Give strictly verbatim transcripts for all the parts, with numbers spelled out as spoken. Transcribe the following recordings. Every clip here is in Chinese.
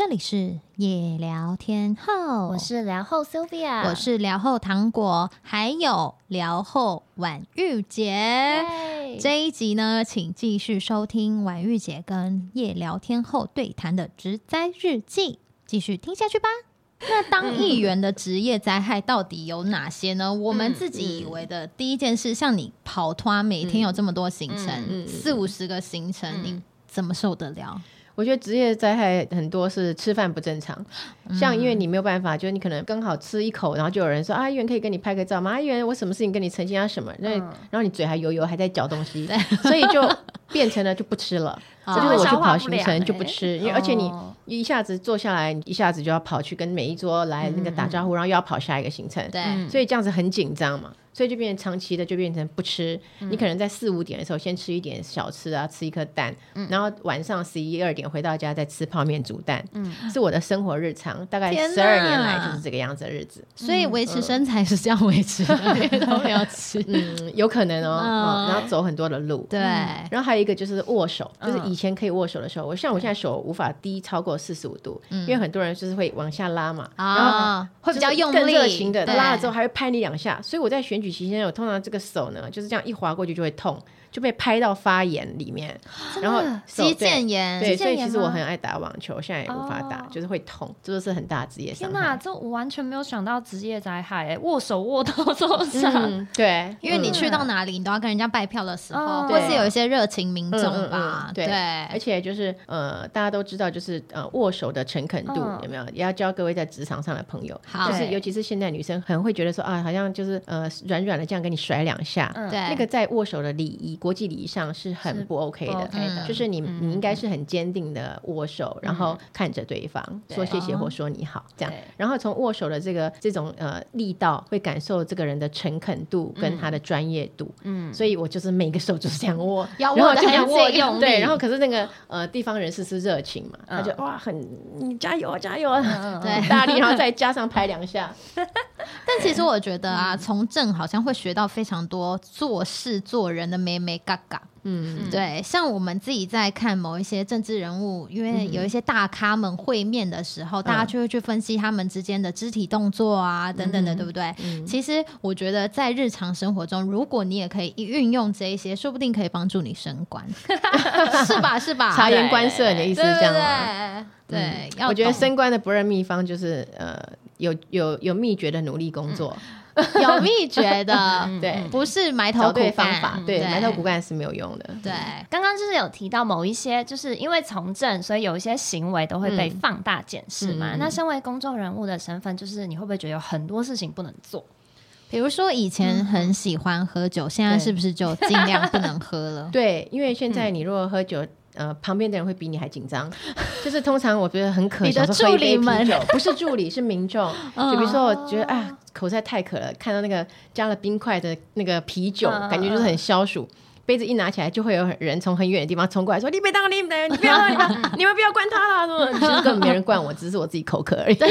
这里是夜聊天后， 我是聊后 Sylvia， 我是聊后糖果，还有聊后婉玉姐。这一集呢，请继续收听婉玉姐跟夜聊天后对谈的职灾日记，继续听下去吧。那当议员的职业灾害到底有哪些呢？我们自己以为的第一件事，像你跑团每天有这么多行程，四五十个行程，你怎么受得了？ 我觉得职业灾害很多是吃饭不正常，像因为你没有办法，就是你可能刚好吃一口，然后就有人说啊，议员可以跟你拍个照吗？啊，议员我什么事情跟你澄清啊什么？那、嗯、然后你嘴还油油，还在嚼东西，所以就变成了就不吃了。这就是我去跑行程就不吃，因为而且你一下子坐下来，一下子就要跑去跟每一桌来那个打招呼，然后又要跑下一个行程，对，所以这样子很紧张嘛。所以就变成长期的就变成不吃、嗯、你可能在四五点的时候先吃一点小吃啊，吃一颗蛋、嗯、然后晚上十一二点回到家再吃泡面煮蛋、嗯、是我的生活日常，大概十二年来就是这个样子的日子。 所以维持身材是这样维持的，每天都要吃。 嗯，有可能哦、嗯、然后走很多的路， 对、 嗯、然后还有一个就是握手，就是以前可以握手的时候，我像我现在手无法低超过四十五度、嗯、因为很多人就是会往下拉嘛、哦、然后会比较用力， 更热情的拉了之后还会拍你两下，所以我在选举期间我通常这个手呢就是这样一滑过去就会痛，就被拍到发炎里面，然后肌腱炎， 对，所以其实我很爱打网球，现在也无法打、哦、就是会痛，这就是很大的职业伤害。 天哪，这我完全没有想到职业灾害，握手握到受伤、 嗯、对， 因为你去到哪里你都要跟人家拜票的时候、嗯、或是有一些热情民众吧、嗯嗯嗯、 对, 对，而且就是呃大家都知道就是呃握手的诚恳度、嗯、有没有，也要教各位在职场上的朋友，就是尤其是现在女生很会觉得说啊，好像就是呃软软的这样跟你甩两下、嗯、对，那个在握手的礼仪国际礼仪上是很不 OK 的, 不 OK 的、嗯、就是你、嗯、你应该是很坚定的握手、嗯、然后看着对方、嗯、说谢谢或说你好、嗯、这样，然后从握手的这个这种呃力道会感受这个人的诚恳度跟他的专业度，嗯，所以我就是每个手就是这样握， 要握得很握用力， 对，然后可是那个呃地方人士是热情嘛、嗯、他就哇很你加油加油、嗯、对，大力，然后再加上拍两下但其实我觉得啊，从政好像会学到非常多做事做人的眉眉角角。嗯，对，像我们自己在看某一些政治人物，因为有一些大咖们会面的时候、嗯、大家就会去分析他们之间的肢体动作啊、嗯、等等的，对不对、嗯、其实我觉得在日常生活中，如果你也可以运用这一些，说不定可以帮助你升官是吧是吧， 察言观色，你的意思是这样吗？对, 对, 对、嗯、 我觉得升官的不二秘方就是呃有有有秘诀的努力工作、嗯有秘诀的对， 不是埋头苦干， 方法对，埋头苦干是没有用的。 对，刚刚就是有提到某一些就是因为从政，所以有一些行为都会被放大检视嘛、嗯、那身为公众人物的身份，就是你会不会觉得有很多事情不能做？ 比如说以前很喜欢喝酒、嗯、现在是不是就尽量不能喝了？ 对，因为现在你如果喝酒、嗯呃，旁边的人会比你还紧张，就是通常我觉得很渴， 你的助理们不是助理是民众，就比如说我觉得啊口才太渴了，看到那个加了冰块的那个啤酒、嗯、感觉就是很消暑，杯子一拿起来就会有人从很远的地方冲过来说你别当你别你不要你, 你们不要灌他啦，其实根本没人灌我，只是我自己口渴而已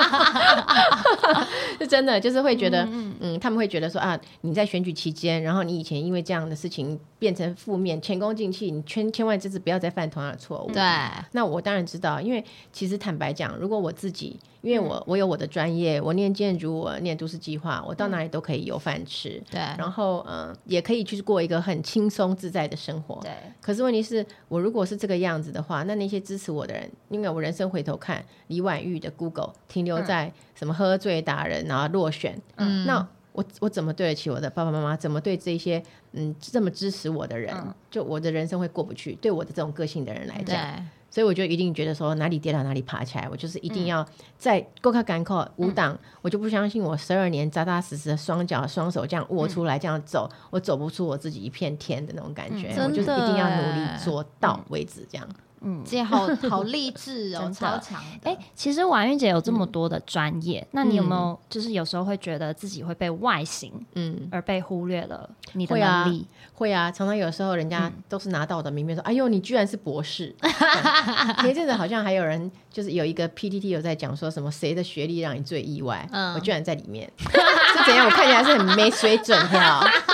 是真的，就是会觉得 嗯, 嗯他们会觉得说啊你在选举期间，然后你以前因为这样的事情变成负面，前功尽弃，你千千万这次不要再犯同样的错误。 对， 那我当然知道，因为其实坦白讲，如果我自己因为我我有我的专业，我念建筑，我念都市计划，我到哪里都可以有饭吃，对，然后嗯、呃、也可以去过一个很轻松自在的生活。对，可是问题是我如果是这个样子的话，那那些支持我的人，因为我人生回头看李婉玉的 Google 停留在什么喝醉打人然后落选，嗯，那我我怎么对得起我的爸爸妈妈？怎么对这些嗯这么支持我的人、嗯、就我的人生会过不去，对我的这种个性的人来讲。所以我就一定觉得说哪里跌倒哪里爬起来，我就是一定要在够卡赶扣五档、嗯、我就不相信我十二年扎扎实实的双脚双手这样握出来、嗯、这样走我走不出我自己一片天的那种感觉、嗯、我就是一定要努力做到为止这样。 嗯，这好好励志哦，超强的。 哎，其实婉玉姐有这么多的专业、嗯，那你有没有就是有时候会觉得自己会被外形嗯而被忽略了你的能力？ 会啊，会啊，常常有时候人家都是拿到我的名片说、嗯、哎呦你居然是博士前一阵子好像还有人就是有一个 P T T 有在讲说什么谁的学历让你最意外、嗯、我居然在里面是怎样？我看起来是很没水准的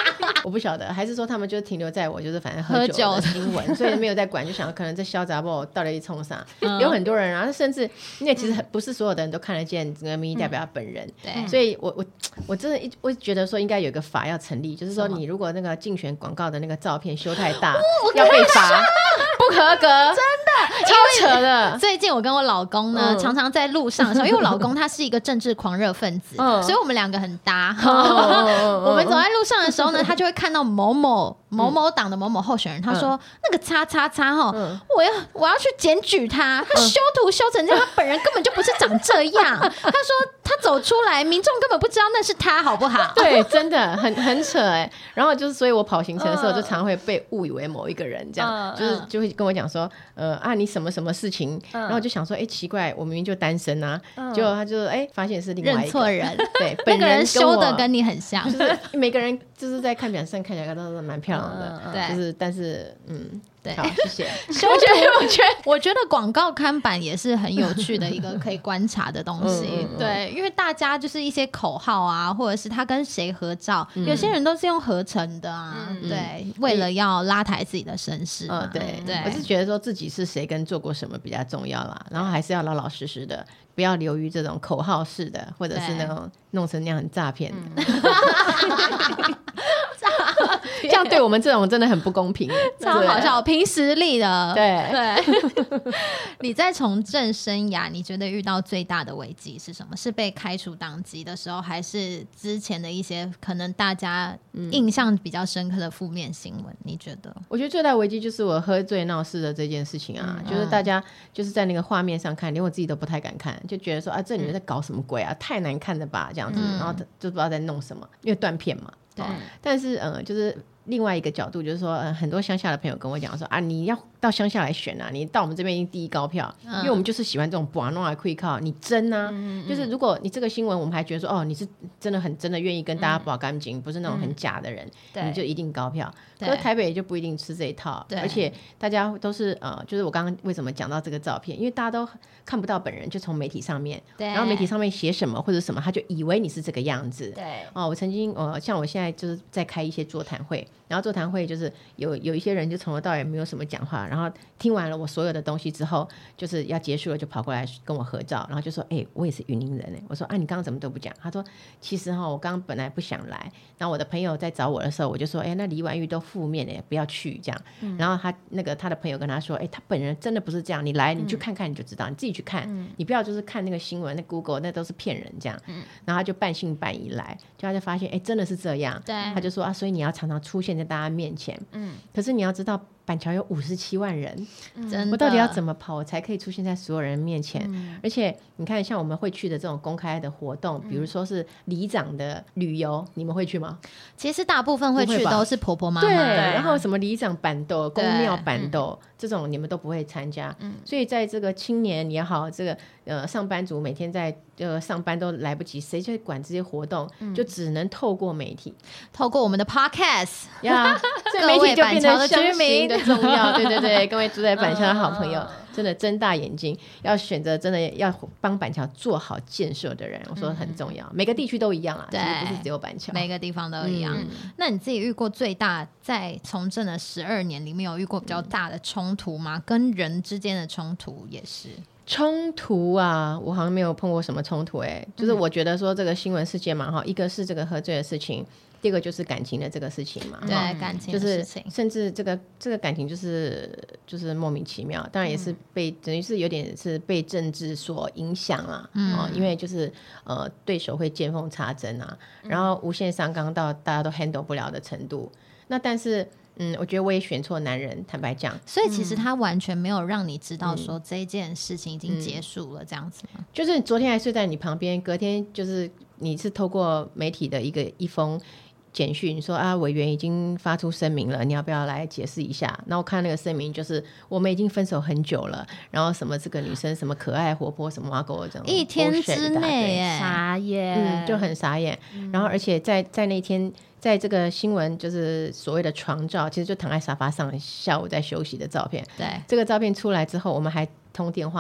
我不晓得，还是说他们就停留在我就是反正喝酒的新闻，所以没有在管，就想可能这小杂包到底冲啥、嗯、有很多人啊，甚至因为其实不是所有的人都看得见这个民意代表本人、嗯、所以我我我真的我觉得说应该有一个法要成立，就是说你如果那个竞选广告的那个照片修太大、哦、要被罚不合格，真的超扯的。 最近我跟我老公呢、嗯、常常在路上的时候，因为我老公他是一个政治狂热分子、嗯、所以我们两个很搭、嗯、我们走在路上的时候呢，他就会看到某某某某党的某某候选人，他说、嗯、那个叉叉叉齁、嗯、我要我要去检举他，他修图修成这样，他本人根本就不是长这样他说他走出来民众根本不知道那是他，好不好？ 对，真的很很扯哎、欸。然后就是所以我跑行程的时候就常会被误以为某一个人这样、嗯、就是就会跟我讲说呃啊你什么什么事情、嗯、然后就想说哎、欸、奇怪我明明就单身啊、嗯、结果他就哎、欸、发现是另外一个认错人对本人跟我那个人修的跟你很像， 就是每个人就是在看表上看起来都是蛮漂亮的、嗯、对，就是但是嗯对，好，谢谢。 修图，我觉得，我觉得广告看板也是很有趣的一个可以观察的东西。嗯嗯嗯对，因为大家就是一些口号啊，或者是他跟谁合照、嗯，有些人都是用合成的啊。嗯、对、嗯，为了要拉抬自己的声势。 嗯，对对。我是觉得说自己是谁跟做过什么比较重要啦，然后还是要老老实实的，不要流于这种口号式的，或者是那种弄成那样很诈骗的。嗯这样对我们这种真的很不公平， 超好笑，凭实力的。 对对。你在从政生涯，你觉得遇到最大的危机是什么？是被开除党籍的时候，还是之前的一些可能大家印象比较深刻的负面新闻、嗯？你觉得？ 我觉得最大的危机就是我喝醉闹事的这件事情啊、嗯，就是大家就是在那个画面上看，连我自己都不太敢看，就觉得说啊，这女人在搞什么鬼啊，太难看了吧，这样子，嗯、然后就不知道在弄什么，因为断片嘛。对，但是呃，就是另外一个角度，就是说，呃，很多乡下的朋友跟我讲说啊，你要到乡下来选啊，你到我们这边一定第一高票、嗯，因为我们就是喜欢这种把弄来亏靠，你真啊、嗯，就是如果你这个新闻，我们还觉得说，哦，你是真的很真的愿意跟大家保干净、嗯，不是那种很假的人，嗯、你就一定高票。可是台北就不一定吃这一套，而且大家都是呃，就是我刚刚为什么讲到这个照片，因为大家都看不到本人，就从媒体上面，然后媒体上面写什么或者什么，他就以为你是这个样子。对，哦，我曾经呃，像我现在就是在开一些座谈会，然后座谈会就是有有一些人就从头到尾没有什么讲话，然后听完了我所有的东西之后，就是要结束了就跑过来跟我合照，然后就说：“哎、欸，我也是云林人哎。”我说：“啊，你刚刚怎么都不讲？”他说：“其实哈，我刚刚本来不想来，然后我的朋友在找我的时候，我就说：‘哎、欸，那李婉玉都负面哎，不要去这样。嗯’然后他那个他的朋友跟他说：‘哎、欸，他本人真的不是这样，你来你去看看你就知道，你自己去看，嗯、你不要就是看那个新闻，那 Google 那都是骗人这样。嗯’然后他就半信半疑来，就他就发现哎、欸，真的是这样。对，他就说啊，所以你要常常出现在大家面前。嗯，可是你要知道。”板橋有五十七万人、嗯，我到底要怎么跑我才可以出现在所有人面前、嗯、而且你看像我们会去的这种公开的活动、嗯、比如说是里长的旅游，你们会去吗？ 其实大部分会去都是婆婆妈妈， 对，然后什么里长板斗公庙板斗、嗯、这种你们都不会参加、嗯、所以在这个青年也好，这个呃上班族每天在呃上班都来不及，谁去管这些活动、嗯、就只能透过媒体， 透过我们的 podcast 呀，所以媒体就变得相形的重要。对对对，各位住在板桥的好朋友、嗯、真的睁大眼睛，要选择真的要帮板桥做好建设的人，我说很重要、嗯、每个地区都一样啊，对，不是只有板桥， 每个地方都一样、嗯、那你自己遇过最大在从政的十二年里面有遇过比较大的冲突吗、嗯、跟人之间的冲突也是冲突啊，我好像没有碰过什么冲突哎、欸，就是我觉得说这个新闻事件嘛哈，一个是这个喝醉的事情，第二个就是感情的这个事情嘛， 对，感情的事情， 就是甚至这个这个感情就是就是莫名其妙，当然也是被、嗯、等于是有点是被政治所影响啊，嗯、哦，因为就是呃对手会见缝插针啊，然后无限上纲到大家都 handle 不了的程度，那但是。嗯，我觉得我也选错男人，坦白讲， 所以其实他完全没有让你知道说这件事情已经结束了，这样子吗、嗯？ 就是昨天还睡在你旁边，隔天就是你是透过媒体的一个一封简讯说啊，委员已经发出声明了，你要不要来解释一下？然后我看那个声明就是我们已经分手很久了，然后什么这个女生什么可爱活泼什么挖狗这种， 一天之内耶， 傻眼， 嗯，就很傻眼。嗯、然后而且在在那天。在这个新闻就是所谓的床照，其实就躺在沙发上下午在休息的照片，对，这个照片出来之后我们还通电话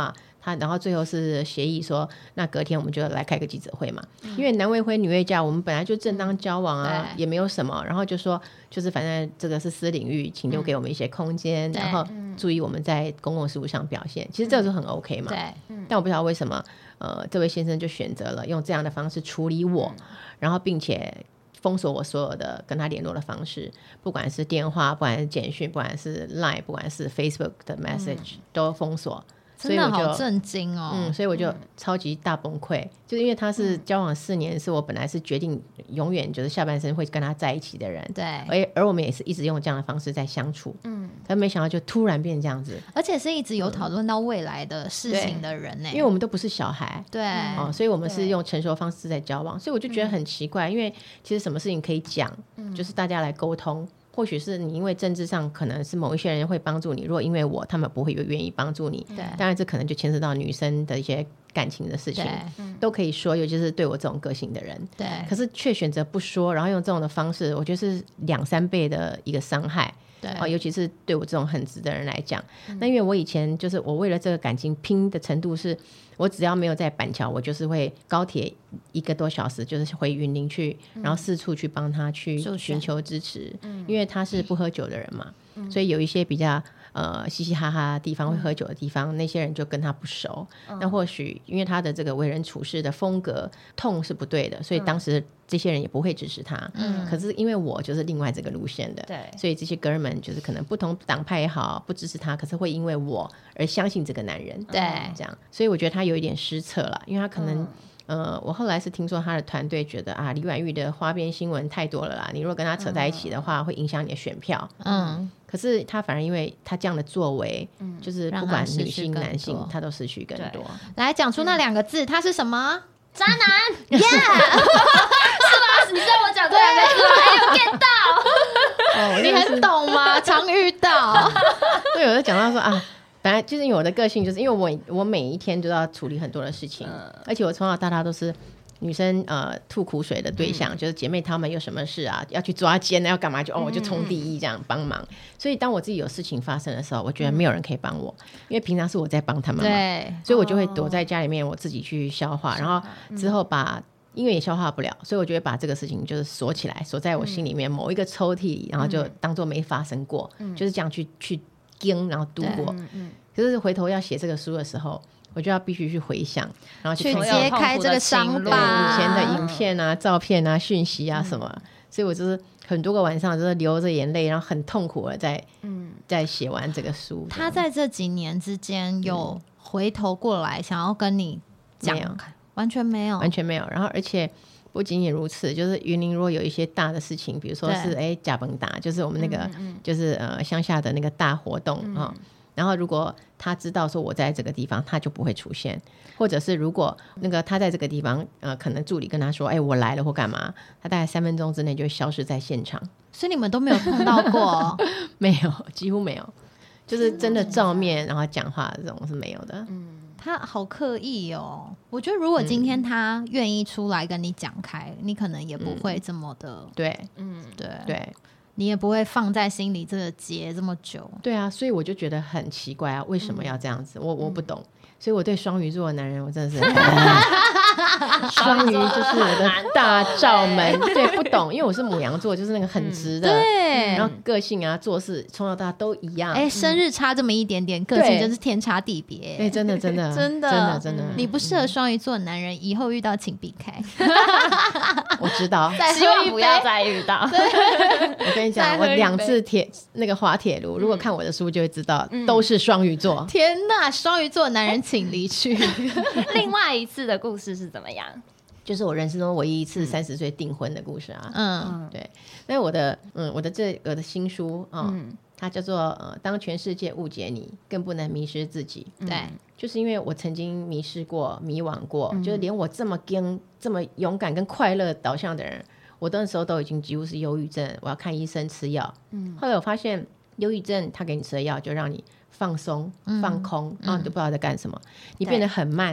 他然后最后是协议说，那隔天我们就来开个记者会嘛，嗯、因为男未婚女未嫁，我们本来就正当交往啊，也没有什么，然后就说就是反正这个是私领域，请留给我们一些空间，嗯、然后注意我们在公共事务上表现，其实这个是很 OK 嘛，对、嗯，但我不知道为什么呃这位先生就选择了用这样的方式处理我，嗯、然后并且封锁我所有的跟他联络的方式，不管是电话，不管是简讯，不管是 Line， 不管是 Facebook 的 message、嗯、都封锁， 真的好震惊哦。 嗯，所以我就超级大崩溃、嗯、就是因为他是交往四年，是我本来是决定永远就是下半生会跟他在一起的人，对，而而我们也是一直用这样的方式在相处，嗯，但没想到就突然变这样子， 而且是一直有讨论到未来的事情的人呢、欸， 因为我们都不是小孩， 对、 哦，所以我们是用成熟的方式在交往，所以我就觉得很奇怪、嗯、因为其实什么事情可以讲、嗯、就是大家来沟通，或许是你因为政治上可能是某一些人会帮助你，如果因为我他们不会愿意帮助你，对，当然这可能就牵涉到女生的一些感情的事情，都可以说，尤其是对我这种个性的人，对，可是却选择不说，然后用这种的方式，我觉得是两三倍的一个伤害，对、哦，尤其是对我这种很直的人来讲、嗯、那因为我以前就是我为了这个感情拼的程度是，我只要没有在板桥，我就是会高铁一个多小时就是回云林去、嗯、然后四处去帮他去寻求支持、嗯、因为他是不喝酒的人嘛、嗯、所以有一些比较呃嘻嘻哈哈的地方，会喝酒的地方、嗯、那些人就跟他不熟、嗯、那或许因为他的这个为人处事的风格痛是不对的，所以当时这些人也不会支持他、嗯、可是因为我就是另外这个路线的，对，所以这些哥们们就是可能不同党派也好不支持他，可是会因为我而相信这个男人，对，这样，所以我觉得他有一点失策了，因为他可能、嗯呃，我后来是听说他的团队觉得啊，李婉玉的花边新闻太多了啦，你如果跟他扯在一起的话、嗯、会影响你的选票，嗯，可是他反而因为他这样的作为、嗯、就是不管女性男性他都失去更多。 来讲出那两个字、嗯、他是什么？ 渣男耶、yeah! 是吧？你知道我讲这两个字吗？还有 get 到、 哦、你很懂吗？常遇到对，我就讲到说啊，本来就是因为我的个性，就是因为我我每一天都要处理很多的事情、嗯、而且我从小到大都是女生呃吐苦水的对象、嗯、就是姐妹她们有什么事啊要去抓奸要干嘛就哦我就冲第一这样帮忙、嗯、所以当我自己有事情发生的时候，我觉得没有人可以帮我、嗯、因为平常是我在帮他们嘛，对，所以我就会躲在家里面我自己去消化、哦、然后之后把、嗯、因为也消化不了，所以我就会把这个事情就是锁起来，锁在我心里面某一个抽屉里、嗯、然后就当作没发生过、嗯、就是这样去去盯然后度过、嗯、可是回头要写这个书的时候，我就要必须去回想，然后去揭开这个伤疤， 以前的影片啊、照片啊、讯息啊什么、嗯、所以我就是很多个晚上就是流着眼泪，然后很痛苦的在、嗯、在写完这个书。 他在这几年之间有回头过来想要跟你讲、嗯、完全没有， 完全没有。然后而且不仅仅如此，就是云林如果有一些大的事情，比如说是哎甲崩打，就是我们那个、嗯、就是呃乡下的那个大活动啊、嗯哦，然后如果他知道说我在这个地方，他就不会出现，或者是如果那个他在这个地方呃可能助理跟他说哎我来了或干嘛，他大概三分钟之内就消失在现场。 所以你们都没有碰到过？ 没有，几乎没有，就是真的照面然后讲话这种是没有的。 嗯，他好刻意哦。我觉得如果今天他愿意出来跟你讲开、嗯、你可能也不会这么的、 嗯、对， 嗯，对对， 你也不会放在心里这个结这么久。 对啊，所以我就觉得很奇怪啊，为什么要这样子、嗯、我我不懂。所以我对双鱼座的男人我真的是双鱼就是我的大罩门对，不懂，因为我是牡羊座，就是那个很直的、嗯、对，然后个性啊做事从小到大都一样， 哎、欸，生日差这么一点点、嗯、个性就是天差地别。 哎、欸，真的真的真的真的真的， 你不适合双鱼座的男人、嗯、以后遇到请避开我知道希望不要再遇到我跟你讲，我两次铁那个滑铁卢、嗯、如果看我的书就会知道、嗯、都是双鱼座。 天哪，双鱼座的男人请离去另外一次的故事是怎么样？ 就是我人生中唯一一次三十岁订婚的故事啊。嗯，对。那我的嗯，我的这我的新书啊、哦嗯，它叫做呃，当全世界误解你，更不能迷失自己。对、嗯，就是因为我曾经迷失过、迷惘过，嗯、就是连我这么跟这么勇敢跟快乐导向的人，我那时候都已经几乎是忧郁症，我要看医生吃药。嗯，后来我发现忧郁症他给你吃的药就让你放松、嗯、放空，然后你都不知道在干什么，你变得很慢。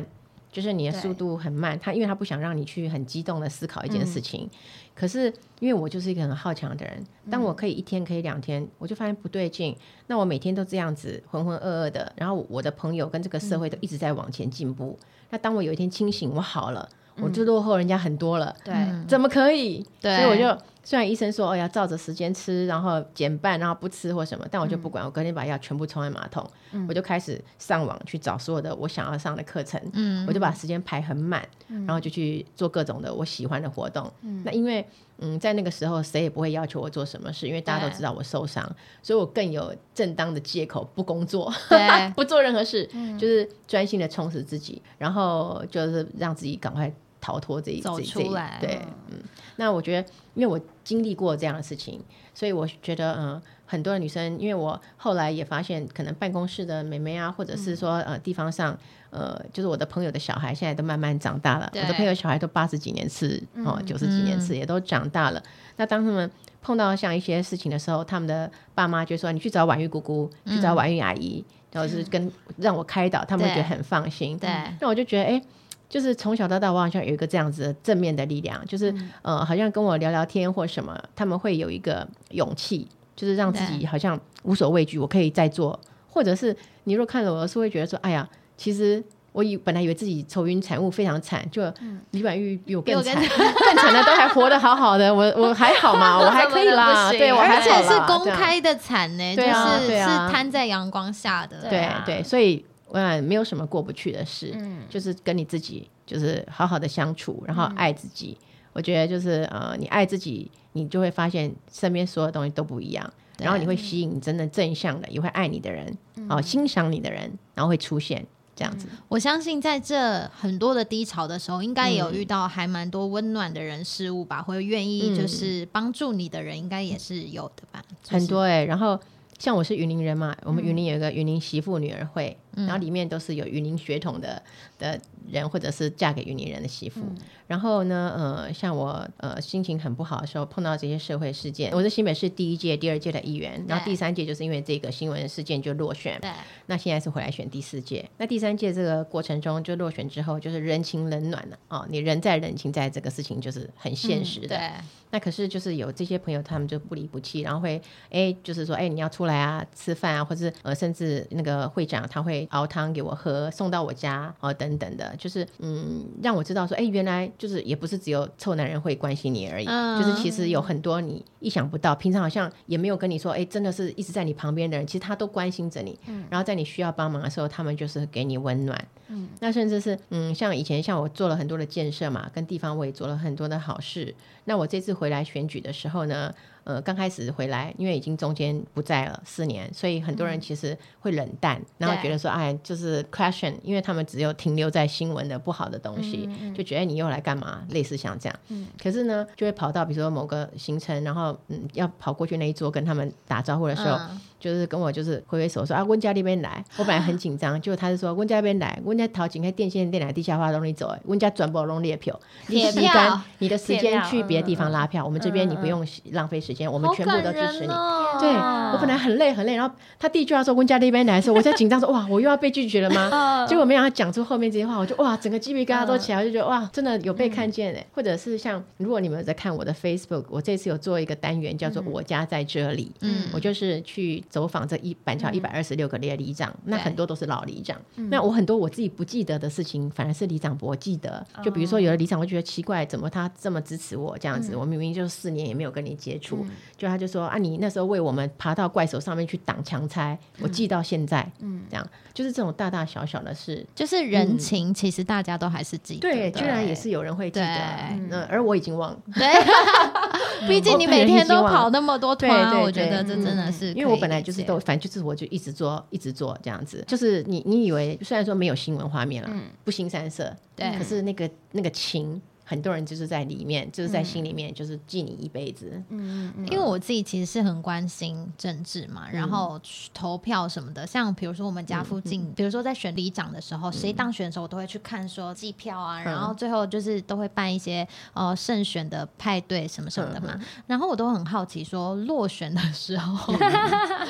就是你的速度很慢，他因为他不想让你去很激动的思考一件事情、嗯、可是因为我就是一个很好强的人，当我可以一天可以两天、嗯、我就发现不对劲，那我每天都这样子浑浑噩噩的，然后我的朋友跟这个社会都一直在往前进步、嗯、那当我有一天清醒我好了，我就落后人家很多了，对、嗯，怎么可以？对，所以我就虽然医生说哦要照着时间吃，然后减半，然后不吃或什么，但我就不管、嗯、我隔天把药全部冲在马桶、嗯、我就开始上网去找所有的我想要上的课程、嗯、我就把时间排很满、嗯、然后就去做各种的我喜欢的活动、嗯、那因为嗯，在那个时候谁也不会要求我做什么事，因为大家都知道我受伤，所以我更有正当的借口不工作不做任何事、嗯、就是专心的充实自己，然后就是让自己赶快逃脱这一走出来。 对、嗯，那我觉得因为我经历过这样的事情，所以我觉得嗯，很多的女生，因为我后来也发现可能办公室的妹妹啊，或者是说、嗯、呃地方上呃就是我的朋友的小孩现在都慢慢长大了，我的朋友小孩都八十几年次哦九十几年次也都长大了、嗯、那当他们碰到像一些事情的时候，他们的爸妈就说你去找婉玉姑姑、嗯、去找婉玉阿姨，然后是跟让我开导，他们会觉得很放心。对，那我就觉得哎，就是从小到大我好像有一个这样子的正面的力量，就是、嗯、呃，好像跟我聊聊天或什么，他们会有一个勇气，就是让自己好像无所畏惧，我可以再做。或者是你如果看了我是会觉得说哎呀，其实我以本来以为自己愁云惨雾非常惨，就李婉玉比我更惨更惨的都还活得好好的，我我还好嘛，我还可以啦，对，我还好啦， 而且是公开的惨呢，就是、 啊、 是摊在阳光下的， 对、啊、对，所以嗯，没有什么过不去的事、嗯、就是跟你自己就是好好的相处，然后爱自己、嗯、我觉得就是呃，你爱自己你就会发现身边所有东西都不一样，然后你会吸引真的正向的也会爱你的人、嗯哦、欣赏你的人，然后会出现这样子、嗯、 我相信在这很多的低潮的时候应该也有遇到还蛮多温暖的人事物吧、嗯、会愿意就是帮助你的人应该也是有的吧、嗯就是、 很多耶、欸、然后像我是云林人嘛，我们云林有一个云林媳妇女儿会、嗯、然后里面都是有云林血统的的人，或者是嫁给云林人的媳妇、嗯、然后呢呃，像我呃心情很不好的时候碰到这些社会事件，我是新北市第一届第二届的议员，然后第三届就是因为这个新闻事件就落选，对，那现在是回来选第四届，那第三届这个过程中就落选之后就是人情冷暖了、哦、你人在人情在，这个事情就是很现实的、嗯、对，那可是就是有这些朋友他们就不离不弃，然后会哎就是说哎你要出来啊吃饭啊，或者呃甚至那个会长他会熬汤给我喝送到我家哦等等的，就是嗯让我知道说哎原来就是也不是只有臭男人会关心你而已、嗯、就是其实有很多你意想不到平常好像也没有跟你说哎真的是一直在你旁边的人，其实他都关心着你、嗯、然后在你需要帮忙的时候他们就是给你温暖、嗯、那甚至是嗯像以前像我做了很多的建设嘛，跟地方我也做了很多的好事，那我这次回来选举的时候呢呃，刚开始回来因为已经中间不在了四年，所以很多人其实会冷淡、嗯、然后觉得说哎就是 question， 因为他们只有停留在新闻的不好的东西、嗯嗯、就觉得你又来干嘛，类似像这样、嗯、可是呢就会跑到比如说某个行程，然后嗯要跑过去那一桌跟他们打招呼的时候、嗯、就是跟我就是挥挥手说啊温家那边来，我本来很紧张结果他是说温家那边来，温家头前开电线电缆地下化弄你走，温家转播弄列票，你洗干你的时间去别的地方拉票、嗯、我们这边你不用浪费时间、嗯、我们全部都支持你、哦、对，我本来很累很累，然后他第一句话说温家那边来的时候我在紧张说哇我又要被拒绝了吗、嗯、结果没想到讲出后面这些话，我就哇整个鸡皮疙瘩都起来、嗯、我就觉得哇真的有被看见耶、嗯、或者是像如果你们有在看我的 Facebook， 我这次有做一个单元叫做我家在这里、嗯、我就是去走访这一板桥一百二十六个里长、嗯、那很多都是老里长、嗯、那我很多我自己不记得的事情反而是里长伯记得、嗯、就比如说有的里长会觉得奇怪怎么他这么支持我这样子、嗯、我明明就四年也没有跟你接触、嗯、就他就说啊你那时候为我们爬到怪手上面去挡强拆、嗯、我记到现在、嗯、这样就是这种大大小小的事， 就是人情、嗯、其实大家都还是记得， 对，居然也是有人会记得、嗯、而我已经忘了， 对毕竟你每天都跑那么多团，对对对，我觉得这真的是、嗯、 因为我本来就是都反正就是我就一直做一直做这样子，就是你你以为虽然说没有新闻画面了、嗯、不腥膻色，对，可是那个那个情很多人就是在里面就是在心里面就是记你一辈子、 嗯嗯、因为我自己其实是很关心政治嘛、嗯、然后投票什么的，像比如说我们家附近、嗯、比如说在选里长的时候谁、嗯、当选的时候我都会去看说计票啊、嗯、然后最后就是都会办一些呃胜选的派对什么什么的嘛、嗯、然后我都很好奇说落选的时候、嗯、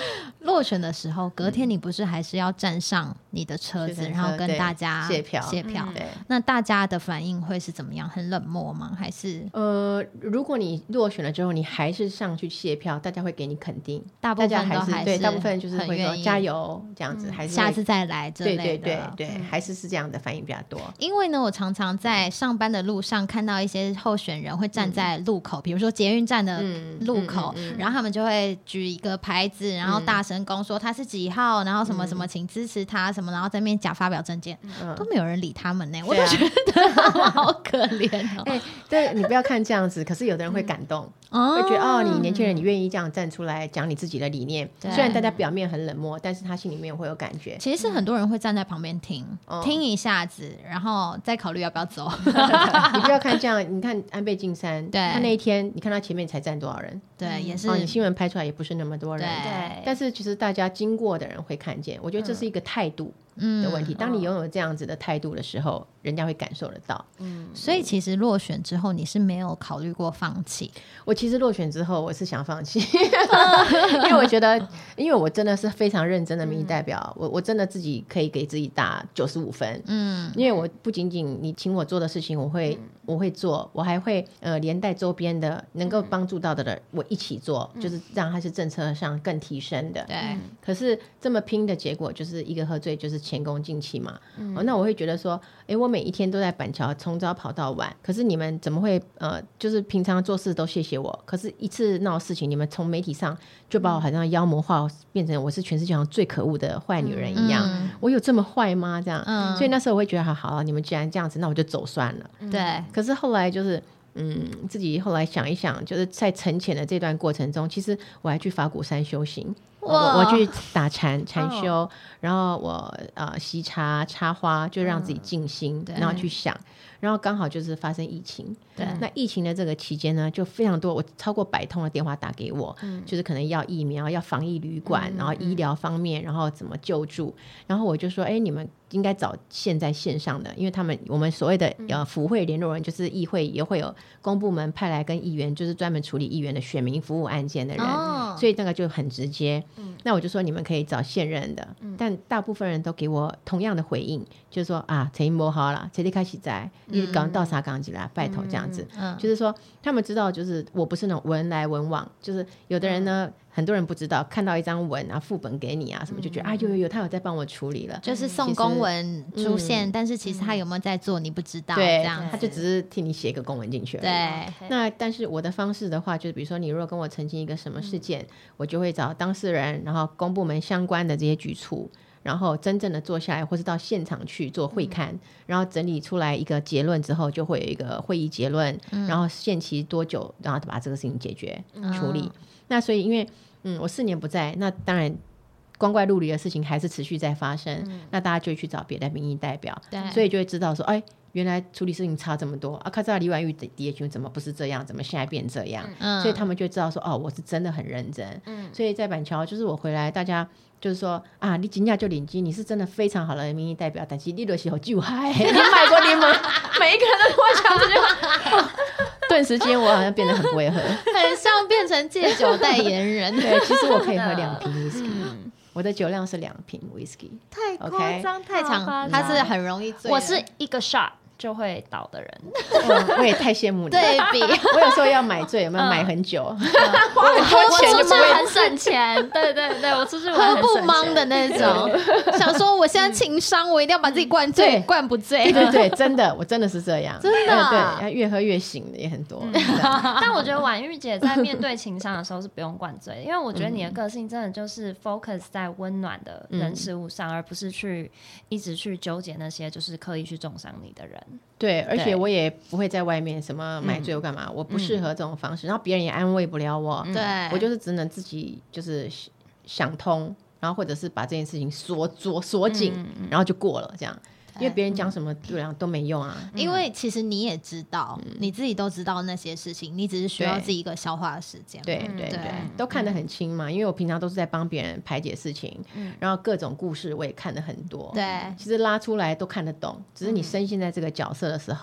落选的时候，隔天你不是还是要站上你的车子，嗯、然后跟大家谢票？ 谢票、 嗯。对， 那大家的反应会是怎么样？很冷漠吗？还是呃，如果你落选了之后，你还是上去谢票，大家会给你肯定， 大部分都还是还是对，大部分就是会说加油这样子，嗯、还是下次再来这类的。 对对对对、嗯，还是是这样的反应比较多。 因为呢，我常常在上班的路上看到一些候选人会站在路口，嗯、比如说捷运站的路口、嗯嗯嗯嗯，然后他们就会举一个牌子，然后大声公说他是几号，然后什么什么，请支持他什么，然后在那边假发表证件、嗯，都没有人理他们呢、欸，我都觉得他们好可怜哦。 哎、欸，对，你不要看这样子，可是有的人会感动，嗯、会觉得哦，你年轻人，你愿意这样站出来讲你自己的理念，虽然大家表面很冷漠，但是他心里面会有感觉。 其实很多人会站在旁边听、嗯，听一下子，然后再考虑要不要走。 你不要看这样，你看安倍晋三，对，他那一天，你看他前面才站多少人？ 对，嗯、也是、 哦，你新闻拍出来也不是那么多人， 对。 但是其实大家经过的人会看见，我觉得这是一个态度的问题。嗯、当你拥有这样子的态度的时候，人家会感受得到。 嗯，所以其实落选之后，你是没有考虑过放弃？ 我其实落选之后，我是想放弃，因为我觉得，因为我真的是非常认真的民意代表，嗯、我我真的自己可以给自己打九十五分。嗯，因为我不仅仅你请我做的事情，我会、嗯、我会做，我还会呃连带周边的能够帮助到的人，我一起做，嗯、就是让它是政策上更提升的。 对、嗯， 可是这么拼的结果，就是一个喝醉，就是前功尽弃嘛。嗯哦，那我会觉得说，哎，我每一天都在板桥，从早跑到晚，可是你们怎么会呃，就是平常做事都谢谢我，可是一次闹事情，你们从媒体上就把我好像妖魔化，变成我是全世界上最可恶的坏女人一样。嗯、我有这么坏吗？这样、嗯，所以那时候我会觉得，好好，你们既然这样子，那我就走算了。 对、 嗯。可是后来就是。嗯，自己后来想一想，就是在沉潜的这段过程中，其实我还去法鼓山修行，我, 我去打禅禅修，哦、然后我呃习茶插花，就让自己静心，嗯、然后去想，然后刚好就是发生疫情，对，那疫情的这个期间呢，就非常多，我超过百通的电话打给我，嗯、就是可能要疫苗、要防疫旅馆，嗯、然后医疗方面，然后怎么救助，然后我就说，哎，你们应该找现在线上的，因为他们我们所谓的呃府会联络人，就是议会也会有公部门派来跟议员，就是专门处理议员的选民服务案件的人，哦、所以那个就很直接。嗯、那我就说你们可以找现任的，嗯、但大部分人都给我同样的回应，就是说啊，陈英博好了，陈立开始在，你刚到啥岗起来，拜托这样子，嗯嗯，就是说他们知道，就是我不是那种文来文往，就是有的人呢。嗯很多人不知道，看到一张文啊，副本给你啊，什么就觉得、嗯、啊，有有有，他有在帮我处理了， 就是送公文出现，嗯、但是其实他有没有在做，你不知道， 对， 这样他就只是替你写一个公文进去而已。 对， 那但是我的方式的话，就是比如说你如果跟我澄清一个什么事件，嗯、我就会找当事人，然后公部门相关的这些局处，然后真正的坐下来，或是到现场去做会勘，嗯、然后整理出来一个结论之后，就会有一个会议结论，嗯、然后限期多久，然后把这个事情解决、嗯、处理。那所以因为嗯，我四年不在，那当然光怪陆离的事情还是持续在发生，嗯、那大家就会去找别的民意代表，所以就会知道说，哎，原来处理事情差这么多啊！看到李婉玉的 D H 怎么不是这样，怎么现在变这样？嗯、所以他们就知道说，哦，我是真的很认真。嗯、所以在板桥，就是我回来，大家就是说啊，你真的就领金，你是真的非常好的民意代表，但是你就是好就嗨，你买过柠檬，每一个人都跟我讲这句话。哦顿时间我好像变得很不会喝， 很像变成戒酒代言人。 对，其实我可以喝两瓶 whisky，嗯、我的酒量是两瓶 whisky， 太夸张， okay? 太强，他是很容易醉。 我是一个 shot 就会倒的人。 嗯、我也太羡慕你了。 对比， 我有时候要买醉，有没有买很久？ 嗯、花很多钱就不会很省钱。对对对，我出去玩喝不忙的那种，想说我现在情商，我一定要把自己灌醉，灌不醉。 对对对，真的，我真的是这样， 真的、啊嗯。对，越喝越醒的也很多。嗯、 但我觉得婉玉姐在面对情商的时候是不用灌醉，因为我觉得你的个性真的就是 focus 在温暖的人事物上，嗯、而不是去一直去纠结那些就是刻意去重伤你的人。 对，而且我也不会在外面什么买醉或干嘛、嗯，我不适合这种方式，然后别人也安慰不了我， 对、 嗯、我就是只能自己就是想通，然后或者是把这件事情锁锁锁紧、嗯，然后就过了这样。因为别人讲什么对啊都没用啊， 因为其实你也知道、嗯、你自己都知道那些事情，你只是需要自己一个消化的时间。 对对 对, 对，都看得很清嘛、嗯、因为我平常都是在帮别人排解事情、嗯、然后各种故事我也看得很多， 对， 其实拉出来都看得懂，只是你深陷在这个角色的时候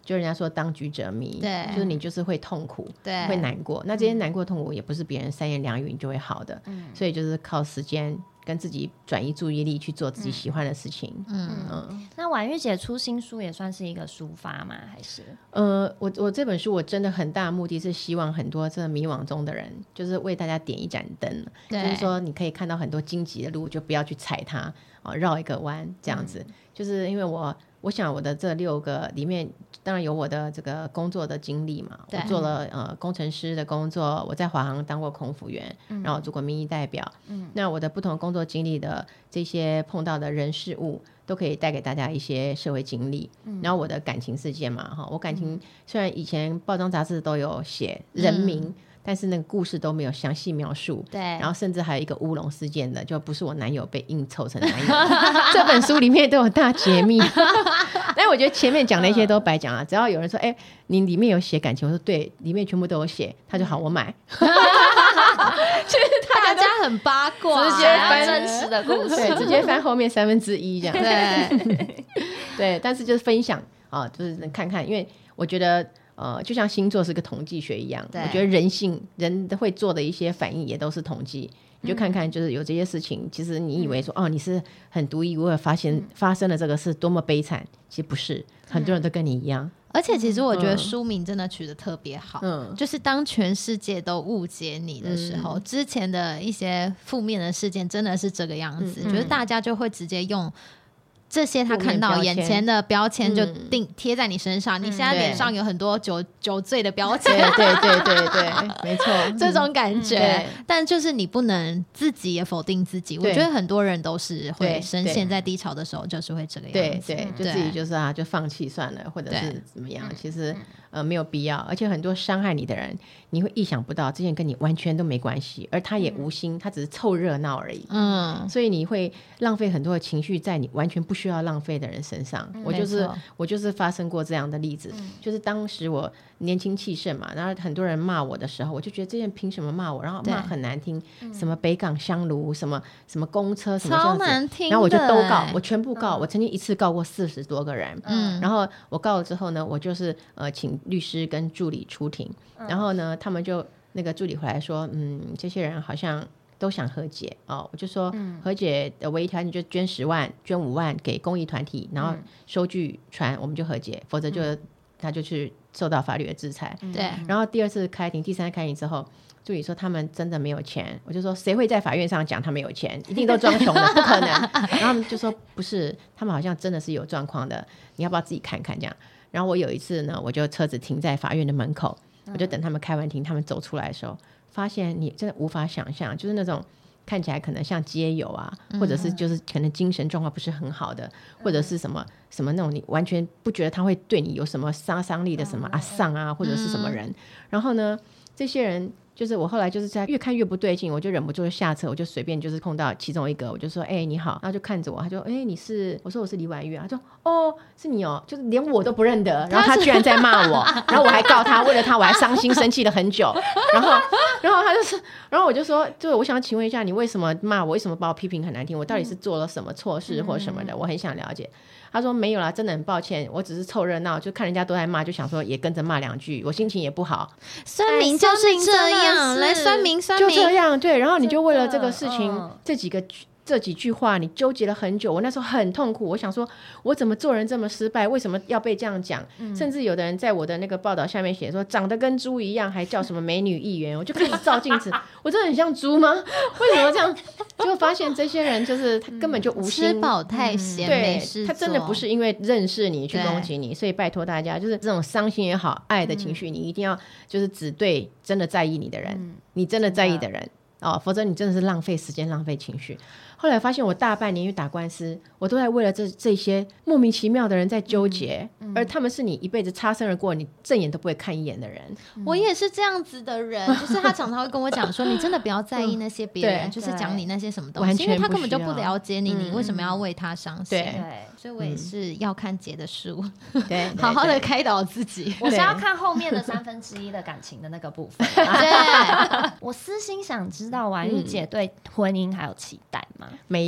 就人家说当局者迷， 对， 就是你就是会痛苦， 对， 会难过。那这些难过痛苦也不是别人三言两语你就会好的，嗯，所以就是靠时间跟自己转移注意力去做自己喜欢的事情。嗯嗯，那婉玉姐出新书也算是一个抒发吗？还是？ 呃，我我这本书我真的很大的目的是希望很多这迷惘中的人，就是为大家点一盏灯，就是说你可以看到很多荆棘的路，就不要去踩它，哦，绕一个弯这样子。嗯，就是因为我我想我的这六个里面。当然有我的这个工作的经历嘛，我做了呃工程师的工作，我在华航当过空服员，嗯，然后做过民意代表，嗯，那我的不同工作经历的这些碰到的人事物都可以带给大家一些社会经历，嗯，然后我的感情事件嘛，哈，我感情虽然以前报章杂志都有写人名，嗯，但是那个故事都没有详细描述， 对， 然后甚至还有一个乌龙事件的，就不是我男友被硬凑成男友这本书里面都有大解密但我觉得前面讲那些都白讲了，只要有人说哎、欸，你里面有写感情，我说对，里面全部都有写，他就好，我买其实大家很八卦， 直接翻真实的故事， 对，直接翻后面三分之一这样对对，但是就是分享啊，就是看看，因为我觉得呃，就像星座是个统计学一样，我觉得人性人会做的一些反应也都是统计，你就看看就是有这些事情，其实你以为说哦你是很独一无二发现发生了这个事多么悲惨，其实不是，很多人都跟你一样。 而且其实我觉得书名真的取得特别好，嗯，就是当全世界都误解你的时候，嗯，之前的一些负面的事件真的是这个样子，嗯，就是大家就会直接用这些他看到眼前的标签就定贴在你身上，嗯，你现在脸上有很多酒酒醉的标签， 对对对对对，没错， 这种感觉，嗯，但就是你不能自己也否定自己，我觉得很多人都是会深陷在低潮的时候就是会这个样子， 对对，就自己就是啊就放弃算了，或者是怎么样，其实呃没有必要，而且很多伤害你的人你会意想不到，之前跟你完全都没关系，而他也无心，嗯，他只是凑热闹而已，嗯，所以你会浪费很多的情绪在你完全不需要浪费的人身上，嗯，我就是我就是发生过这样的例子，嗯，就是当时我年轻气盛嘛，然后很多人骂我的时候，我就觉得这些人凭什么骂我，然后骂很难听，什么北港香炉什么什么公车什么这样子， 超难听的， 然后我就都告，我全部告，嗯，我曾经一次告过四十多个人，嗯，然后我告了之后呢，我就是呃请律师跟助理出庭，嗯，然后呢他们就那个助理回来说嗯这些人好像都想和解哦，我就说、嗯、和解的唯一条件就捐十万捐五万给公益团体，然后收据传我们就和解，否则就、嗯、他就去受到法律的制裁。 对、 嗯，然后第二次开庭第三次开庭之后，助理说他们真的没有钱，我就说谁会在法院上讲他们有钱，一定都装穷的不可能然后他们就说不是，他们好像真的是有状况的，你要不要自己看看这样。然后我有一次呢，我就车子停在法院的门口，我就等他们开完庭，他们走出来的时候，发现你真的无法想象，就是那种看起来可能像街友啊，或者是就是可能精神状况不是很好的、嗯、或者是什么什么那种你完全不觉得他会对你有什么杀伤力的什么阿桑啊，或者是什么人、嗯、然后呢这些人就是我后来就是在越看越不对劲，我就忍不住下车，我就随便就是碰到其中一个，我就说哎、欸、你好，然后就看着我，他就哎、欸、你是，我说我是李婉玉啊，他说哦是你哦，就是连我都不认得，然后他居然在骂我然后我还告他，为了他我还伤心生气了很久然后然后他就是然后我就说就我想请问一下你为什么骂我，为什么把我批评很难听，我到底是做了什么错事或什么的、嗯、我很想了解。他说没有啦，真的很抱歉，我只是凑热闹，就看人家都在骂，就想说也跟着骂两句，我心情也不好。 酸民就是这样，来酸民酸民就这样，对，然后你就为了这个事情、嗯、这几个这几句话你纠结了很久，我那时候很痛苦，我想说我怎么做人这么失败，为什么要被这样讲、嗯、甚至有的人在我的那个报道下面写说长得跟猪一样还叫什么美女议员我就开始照镜子我真的很像猪吗？为什么这样？就发现这些人就是他根本就无心、 嗯、吃饱太闲、嗯、没事做， 他真的不是因为认识你去攻击你，所以拜托大家就是这种伤心也好爱的情绪、嗯、你一定要就是只对真的在意你的人、嗯、你真的在意的人哦，否则你真的是浪费时间浪费情绪。后来发现我大半年去打官司，我都在为了 这, 这些莫名其妙的人在纠结、嗯嗯、而他们是你一辈子擦身而过你正眼都不会看一眼的人、 嗯、我也是这样子的人就是他常常会跟我讲说你真的不要在意那些别人、嗯、就是讲你那些什么东西，因为他根本就不了解你、嗯、你为什么要为他伤心。 对， 所以我也是要看姐的书、 嗯、对， 好好的开导自己。 我是要看后面的三分之一的感情的那个部分对我私心想知道婉玉姐对婚姻还有期待吗？ 没有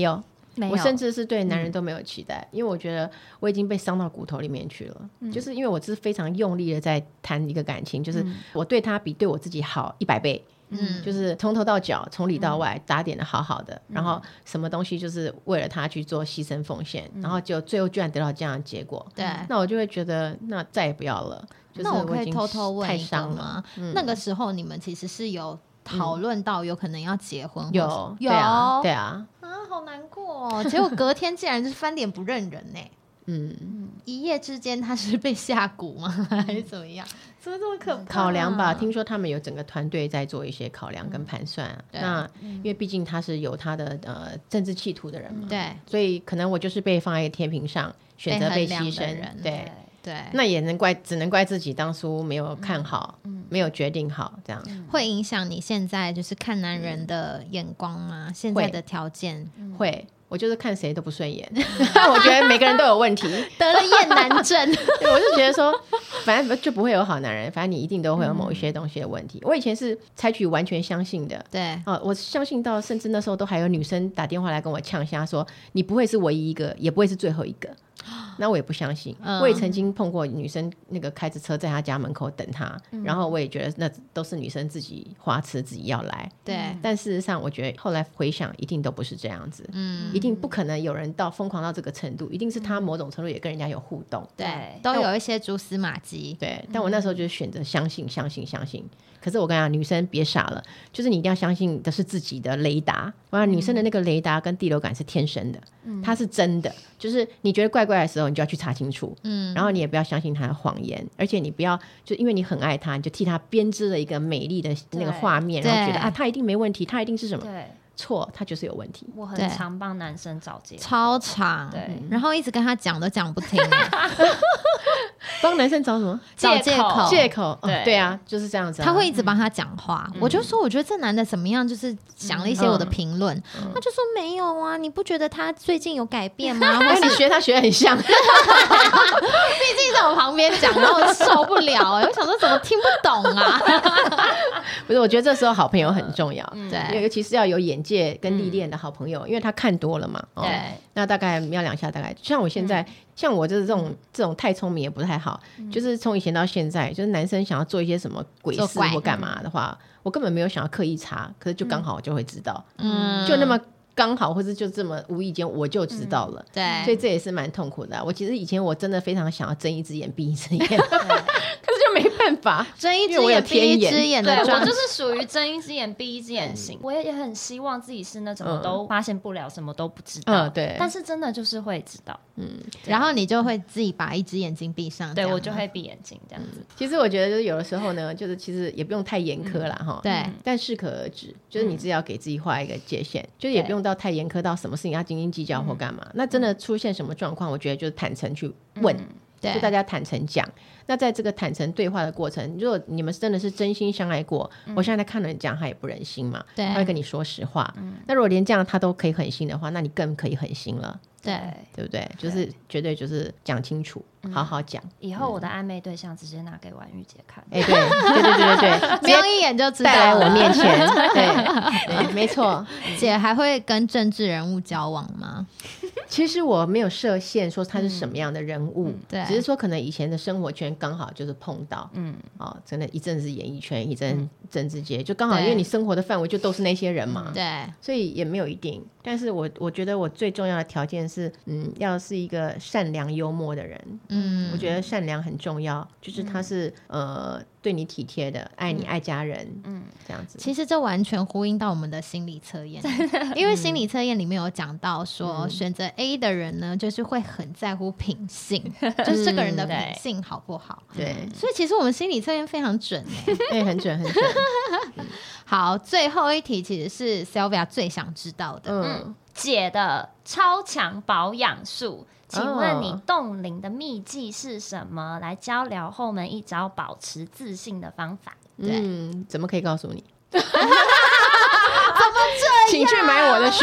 我甚至是对男人都没有期待、嗯、因为我觉得我已经被伤到骨头里面去了、嗯、就是因为我是非常用力的在谈一个感情，就是我对他比对我自己好一百倍，嗯，就是从头到脚从里到外打点的好好的、嗯、然后什么东西就是为了他去做牺牲奉献、嗯、然后就最后居然得到这样的结果，对，那我就会觉得那再也不要了。就是、 那我可以偷偷问一个吗、 嗯、 那个时候你们其实是有讨论到有可能要结婚、 嗯、有有对啊对啊啊，好难过哦，结果隔天竟然就是翻脸不认人呢、欸嗯，一夜之间他是被下蛊吗还是怎么样？怎么这么可怕、啊、 考量吧，听说他们有整个团队在做一些考量跟盘算、啊嗯、那、嗯、因为毕竟他是有他的呃政治企图的人嘛，对，所以可能我就是被放在天平上选择被牺牲，对对，那也能怪只能怪自己当初没有看好、嗯、没有决定好，这样、嗯、 会影响你现在就是看男人的眼光吗、嗯、现在的条件会，我就是看谁都不顺眼我觉得每个人都有问题得了厌男症我就觉得说反正就不会有好男人，反正你一定都会有某一些东西的问题、嗯、我以前是采取完全相信的，对、哦、我相信到甚至那时候都还有女生打电话来跟我呛瞎说你不会是唯一一个也不会是最后一个，那我也不相信、嗯、我也曾经碰过女生那个开着车在她家门口等她、嗯、然后我也觉得那都是女生自己花痴自己要来，对，但事实上我觉得后来回想一定都不是这样子，嗯，一定不可能有人到疯狂到这个程度，一定是他某种程度也跟人家有互动， 对，都有一些蛛丝马迹， 对，但我那时候就是选择相信相信相信，可是我跟你讲女生别傻了，就是你一定要相信的是自己的雷达，我讲女生的那个雷达跟第六感是天生的、嗯、它是真的，就是你觉得怪怪的时候你就要去查清楚，嗯，然后你也不要相信他的谎言，而且你不要就因为你很爱他你就替他编织了一个美丽的那个画面，然后觉得啊他一定没问题，他一定是什么，对，错，他就是有问题。 我很常帮男生找借口， 超常，对、嗯，然后一直跟他讲都讲不听帮男生找什么找借口借口、哦、对, 对啊就是这样子、啊、 他会一直帮他讲话、嗯、我就说我觉得这男的怎么样，就是讲了一些我的评论、嗯、他就说没有啊，你不觉得他最近有改变吗因为你学他学得很像毕竟在我旁边讲然后我受不了、欸、我想说怎么听不懂啊不是，我觉得这时候好朋友很重要、嗯、对，尤其是要有眼界跟历练的好朋友、嗯、因为他看多了嘛、哦、对，那大概瞄两下大概像我现在、嗯、像我就是这种、嗯、这种太聪明也不太好、嗯、就是从以前到现在就是男生想要做一些什么鬼事或干嘛的话、嗯、我根本没有想要刻意查，可是就刚好我就会知道，嗯，就那么刚好或是就这么无意间我就知道了、嗯、对，所以这也是蛮痛苦的、啊、我其实以前我真的非常想要睁一只眼闭一只眼可是就没办法睁一只眼闭一只眼的， 对，我就是属于睁一只眼闭一只眼型、嗯、我也很希望自己是那种我都发现不了、嗯、什么都不知道、嗯、对，但是真的就是会知道， 嗯，然后你就会自己把一只眼睛闭上， 对，我就会闭眼睛这样子、 嗯、其实我觉得就是有的时候呢就是其实也不用太严苛啦、嗯、对，但适可而止，就是你自己要给自己画一个界限、嗯、就是也不用到太严苛到什么事情要斤斤计较或干嘛、嗯、那真的出现什么状况我觉得就是坦诚去问、嗯，就大家坦诚讲，那在这个坦诚对话的过程，如果你们真的是真心相爱过、嗯、我现在看了你这样他也不忍心嘛，他会跟你说实话、嗯、那如果连这样他都可以狠心的话，那你更可以狠心了，对，对不对？就是绝对就是讲清楚、嗯、好好讲， 以后我的暧昧对象直接拿给婉玉姐看， 哎、欸，对对对对对对瞄一眼就知道， 带来我面前对对，没错。 姐还会跟政治人物交往吗？ 其实我没有设限说他是什么样的人物、嗯、对，只是说可能以前的生活圈刚好就是碰到，嗯，哦，真的一阵子演艺圈一阵政治界、嗯、就刚好因为你生活的范围就都是那些人嘛，对，所以也没有一定，但是我我觉得我最重要的条件是嗯，要是一个善良幽默的人，嗯，我觉得善良很重要，就是他是、嗯、呃对你体贴的，爱你、嗯、爱家人，嗯，这样子。其实这完全呼应到我们的心理测验因为心理测验里面有讲到说、嗯、选择 A 的人呢就是会很在乎品性就是这个人的品性好不好，对，所以其实我们心理测验非常准耶对，很准很准好，最后一题其实是 Sylvia 最想知道的，嗯， 姐的超强保养术，请问你冻龄的秘技是什么？来交流后门一招保持自信的方法。对， 嗯，怎么可以告诉你？怎么这样？请去买我的书。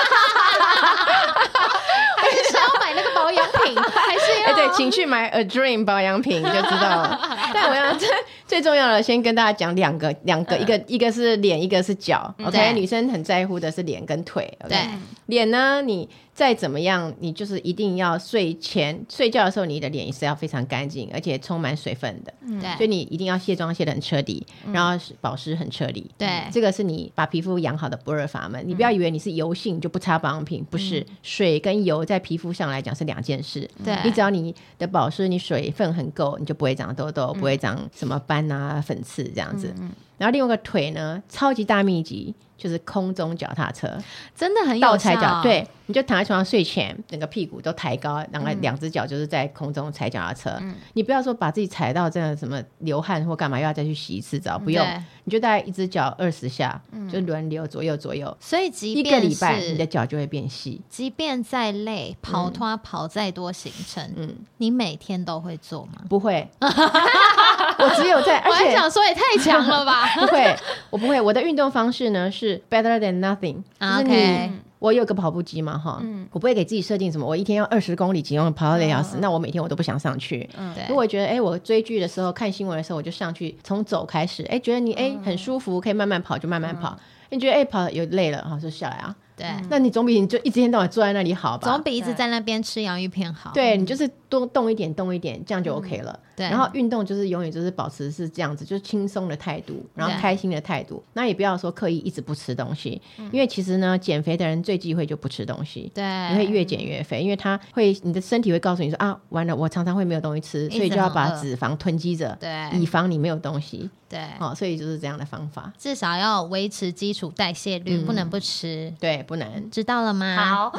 还是是要买那个保养品，还是要、 欸、对，请去买 A Dream 保养品就知道了。但我要最重要的先跟大家讲两个两个、嗯、一个一个是脸，一个是脚、嗯、OK， 女生很在乎的是脸跟腿， okay？ 对，脸呢你再怎么样你就是一定要睡前睡觉的时候你的脸也是要非常干净而且充满水分的、嗯、所以你一定要卸妆卸得很彻底、嗯、然后保湿很彻底，对、嗯，这个是你把皮肤养好的不二法门、嗯、你不要以为你是油性就不擦保养品，不是、嗯、水跟油在皮肤上来讲是两件事，对，你只要你的保湿你水分很够你就不会长痘痘、嗯、不会长什么斑啊粉刺这样子、嗯嗯，然后另外一个腿呢超级大秘籍就是空中脚踏车， 真的很有效， 倒踩脚，对，你就躺在床上睡前整个屁股都抬高，然后两只脚就是在空中踩脚踏车、嗯、你不要说把自己踩到这样什么流汗或干嘛又要再去洗一次澡，不用，你就大概一只脚二十下、嗯、就轮流左右左右， 所以即便是一个礼拜你的脚就会变细， 即便再累跑脱跑再多行程、嗯、你每天都会做吗？ 不会我只有在，而且我还想说也太强了吧不会，我不会，我的运动方式呢是 better than nothing、啊、就是你、okay. 我有个跑步机嘛哈、嗯，我不会给自己设定什么我一天要二十公里几公里跑到两小时、嗯、那我每天我都不想上去、嗯、如果我觉得哎、欸，我追剧的时候看新闻的时候我就上去从走开始，哎、欸，觉得你哎、欸、很舒服可以慢慢跑就慢慢跑、嗯、你觉得哎、欸、跑有累了好就下来啊，对，那你总比你就一天到晚坐在那里好吧， 总比一直在那边吃洋芋片好， 对，你就是多动一点动一点这样就 OK 了、嗯、对，然后运动就是永远就是保持是这样子，就是轻松的态度然后开心的态度，那也不要说刻意一直不吃东西、嗯、因为其实呢减肥的人最忌讳就不吃东西，对，你会越减越肥，因为他会你的身体会告诉你说啊完了我常常会没有东西吃，所以就要把脂肪囤积着，对，以防你没有东西，对、哦、所以就是这样的方法， 至少要维持基础代谢率、嗯、不能不吃， 对，不能， 知道了吗？ 好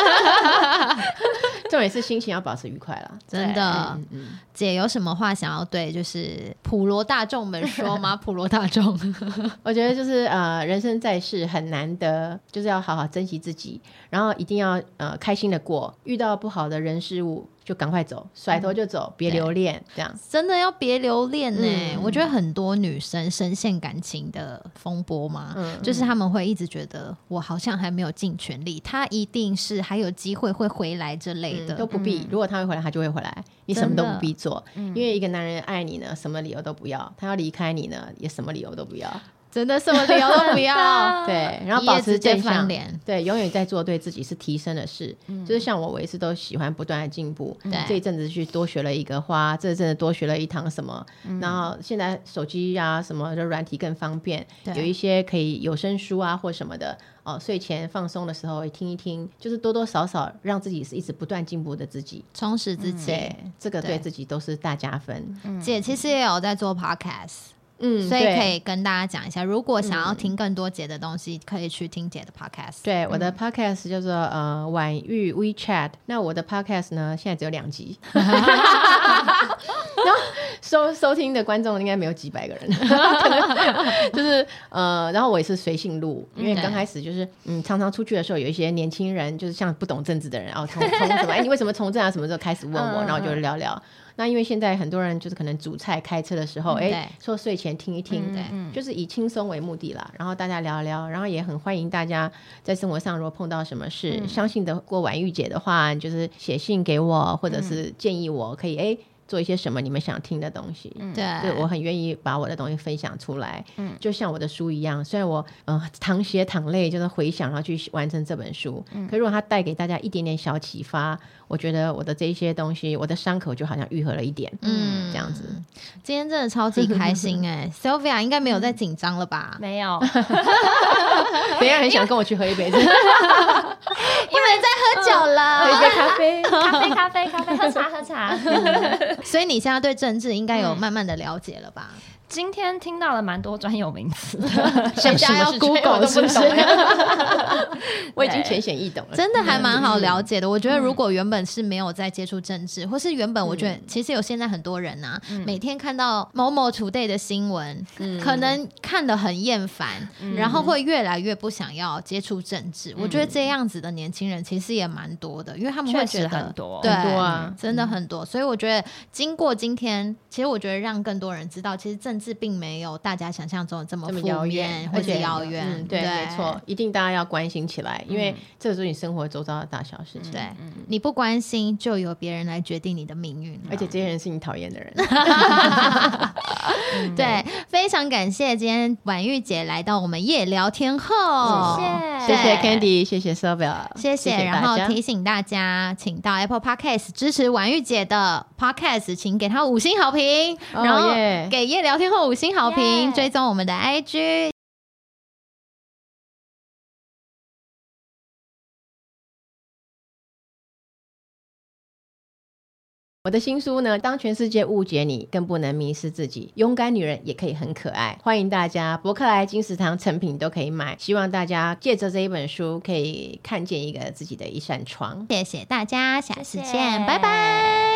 重点是心情要保持愉快啦， 真的、嗯嗯、姐有什么话想要对就是普罗大众们说吗？普罗大众我觉得就是呃，人生在世很难得，就是要好好珍惜自己，然后一定要呃开心的过，遇到不好的人事物就赶快走，甩头就走，别、嗯、留恋，这样真的要别留恋呢、欸嗯。我觉得很多女生深陷感情的风波嘛、嗯，就是他们会一直觉得我好像还没有尽全力，他一定是还有机会会回来之类的、嗯、 都不必、嗯、如果他会回来他就会回来，你什么都不必做、嗯、因为一个男人爱你呢什么理由都不要，他要离开你呢也什么理由都不要，真的什么理由都不要对，然后保持正向，对，永远在做对自己是提升的事、嗯、就是像我我一直都喜欢不断的进步、嗯、这一阵子去多学了一个花，这一阵子多学了一堂什么、嗯、然后现在手机啊什么的软体更方便，有一些可以有声书啊或什么的哦，睡前放松的时候也听一听，就是多多少少让自己是一直不断进步的自己， 充实自己、嗯、 对，这个对自己都是大加分、 嗯、姐其实也有在做 podcast，嗯，所以可以跟大家讲一下，如果想要听更多姐的东西、嗯、可以去听姐的 podcast。 对、嗯、我的 podcast 叫做呃婉玉 WeChat， 那我的 podcast 呢现在只有两集然后 收, 收听的观众应该没有几百个人可能就是呃，然后我也是随性录，因为刚开始就是嗯，常常出去的时候有一些年轻人就是像不懂政治的人，然后从从什么哎、欸、你为什么从政啊什么时候开始问我，然后我就聊聊。那因为现在很多人就是可能煮菜开车的时候哎、欸，说睡前听一听、嗯、就是以轻松为目的啦，然后大家聊一聊，然后也很欢迎大家在生活上如果碰到什么事、嗯、相信的过婉玉姐的话就是写信给我，或者是建议我可以哎、欸做一些什么你们想听的东西、嗯、对，我很愿意把我的东西分享出来、嗯、就像我的书一样，虽然我呃淌血淌泪就是回想然后去完成这本书、嗯、可如果它带给大家一点点小启发，我觉得我的这些东西我的伤口就好像愈合了一点，嗯，这样子。 今天真的超级开心哎、欸、Sylvia 应该没有在紧张了吧？ 没有别人很想跟我去喝一杯子因为在喝酒了、 喝一杯咖啡咖啡咖啡咖啡喝茶喝茶所以你现在对政治应该有慢慢的了解了吧？ 嗯，今天听到了蛮多专有名词的人家要 Google 是不是我已经浅显易懂了， 真的还蛮好了解的。我觉得如果原本是没有在接触政治、嗯、或是原本我觉得其实有现在很多人啊、嗯、每天看到某某 Today 的新闻、嗯、可能看得很厌烦、嗯、然后会越来越不想要接触政治、嗯、我觉得这样子的年轻人其实也蛮多的，因为他们会觉得很多对很多啊， 真的很多、嗯、所以我觉得经过今天其实我觉得让更多人知道其实政政治并没有大家想象中的这么负面或者遥远、 嗯、对, 对没错，一定大家要关心起来，因为这是你生活周遭的大小事情、嗯、 对、嗯、你不关心就由别人来决定你的命运， 而且这些人是你讨厌的人对、嗯、非常感谢今天婉玉姐来到我们夜聊天后， 谢谢谢 Candy， 谢谢 Sylvia， 谢谢，然后提醒大家请到 Apple Podcast 支持婉玉姐的 Podcast， 请给她五星好评、oh, 然后给夜聊天后五星好评、yeah. 追踪我们的 I G。 我的新书呢，当全世界误解你，更不能迷失自己，勇敢女人也可以很可爱。欢迎大家博客来、金石堂成品都可以买，希望大家借着这一本书可以看见一个自己的一扇窗。 谢谢大家，下次见，谢谢，拜拜。